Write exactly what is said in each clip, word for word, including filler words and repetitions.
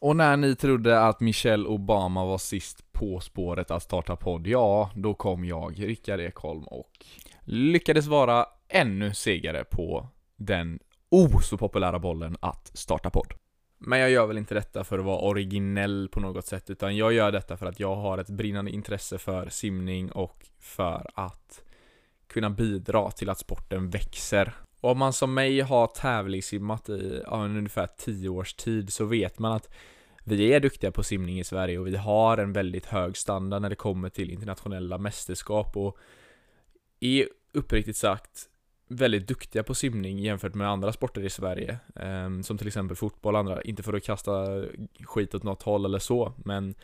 Och när ni trodde att Michelle Obama var sist på spåret att starta podd, ja, då kom jag, Rickard Ekholm, och lyckades vara ännu segare på den oh så populära bollen att starta podd. Men jag gör väl inte detta för att vara originell på något sätt, utan jag gör detta för att jag har ett brinnande intresse för simning och för att kunna bidra till att sporten växer. Och om man som mig har tävlingssimmat i ja, ungefär tio års tid, så vet man att vi är duktiga på simning i Sverige och vi har en väldigt hög standard när det kommer till internationella mästerskap och är uppriktigt sagt väldigt duktiga på simning jämfört med andra sporter i Sverige, um, som till exempel fotboll och andra. Inte för att kasta skit åt något håll eller så, men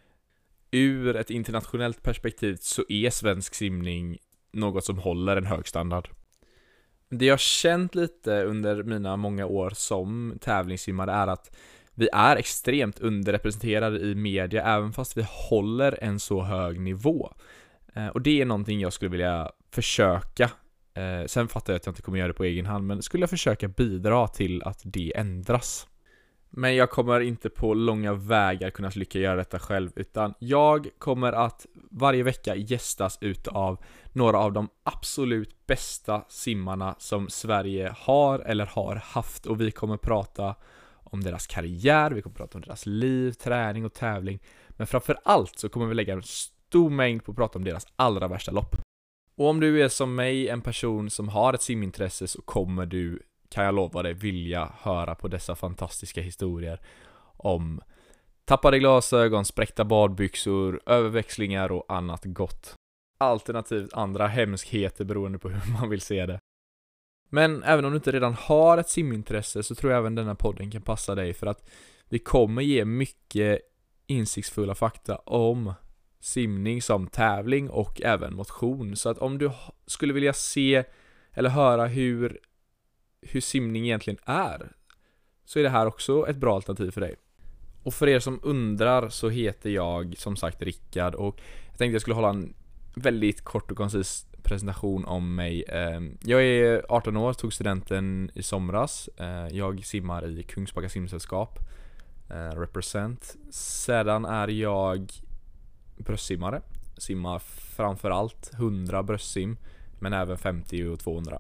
ur ett internationellt perspektiv så är svensk simning något som håller en hög standard. Det jag känt lite under mina många år som tävlingssimmare är att vi är extremt underrepresenterade i media även fast vi håller en så hög nivå. Eh, och det är någonting jag skulle vilja försöka. Eh, sen fattar jag att jag inte kommer göra det på egen hand, men skulle jag försöka bidra till att det ändras. Men jag kommer inte på långa vägar kunna lyckas göra detta själv, utan jag kommer att varje vecka gästas utav några av de absolut bästa simmarna som Sverige har eller har haft, och vi kommer prata om deras karriär, vi kommer prata om deras liv, träning och tävling, men framför allt så kommer vi lägga en stor mängd på att prata om deras allra värsta lopp. Och om du är som mig en person som har ett simintresse, så kommer du, kan jag lova dig, vilja höra på dessa fantastiska historier om tappade glasögon, spräckta badbyxor, överväxlingar och annat gott. Alternativt andra hemskheter beroende på hur man vill se det. Men även om du inte redan har ett simintresse, så tror jag även denna podden kan passa dig, för att vi kommer ge mycket insiktsfulla fakta om simning som tävling och även motion. Så att om du skulle vilja se eller höra hur hur simning egentligen är, så är det här också ett bra alternativ för dig. Och för er som undrar, så heter jag som sagt Rickard, och jag tänkte jag skulle hålla en väldigt kort och koncis presentation om mig. Jag är arton år, tog studenten i somras. Jag simmar i Kungsbacka simsällskap, represent. Sedan är jag bröstsimmare, simmar framförallt hundra bröstsim, men även femtio och tvåhundra.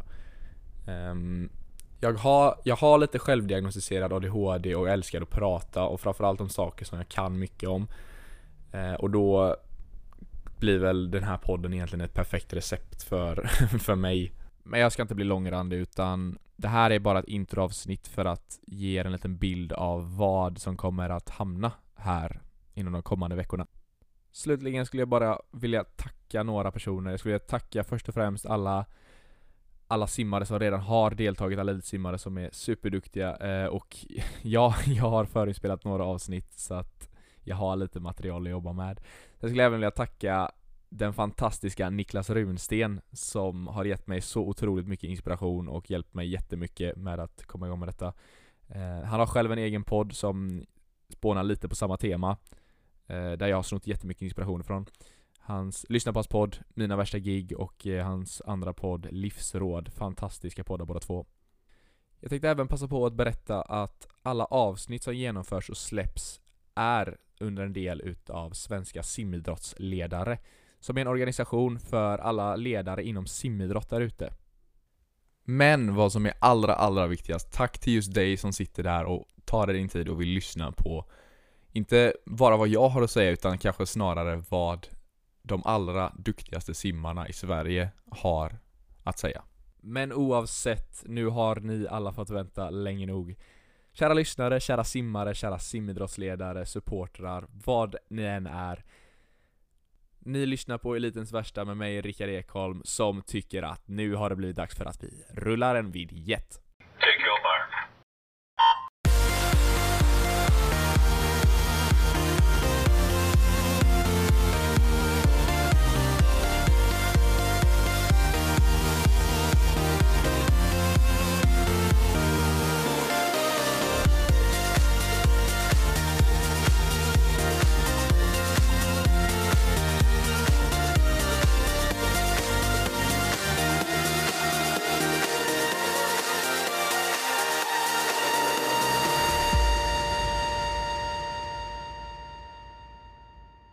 Jag har, jag har lite självdiagnostiserad A D H D och älskar att prata, och framförallt om saker som jag kan mycket om. Eh, och då blir väl den här podden egentligen ett perfekt recept för, för mig. Men jag ska inte bli långrandig, utan det här är bara ett introavsnitt för att ge er en liten bild av vad som kommer att hamna här inom de kommande veckorna. Slutligen skulle jag bara vilja tacka några personer. Jag skulle vilja tacka först och främst alla alla simmare som redan har deltagit, alla elitsimmare som är superduktiga, eh, och ja, jag har förinspelat några avsnitt så att jag har lite material att jobba med. Jag skulle även vilja tacka den fantastiska Niklas Runsten som har gett mig så otroligt mycket inspiration och hjälpt mig jättemycket med att komma igång med detta. Eh, han har själv en egen podd som spånar lite på samma tema, eh, där jag har snott jättemycket inspiration från. Hans lyssna på hans podd, Mina värsta gig, och eh, hans andra podd, Livsråd. Fantastiska poddar båda två. Jag tänkte även passa på att berätta att alla avsnitt som genomförs och släpps är under en del utav Svenska simidrottsledare, som är en organisation för alla ledare inom simidrott där ute. Men vad som är allra, allra viktigast, tack till just dig som sitter där och tar dig din tid och vill lyssna på inte bara vad jag har att säga, utan kanske snarare vad de allra duktigaste simmarna i Sverige har att säga. Men oavsett, nu har ni alla fått vänta länge nog. Kära lyssnare, kära simmare, kära simidrottsledare, supportrar, vad ni än är. Ni lyssnar på Elitens värsta med mig, Rickard Ekholm, som tycker att nu har det blivit dags för att vi rullar en vidjet.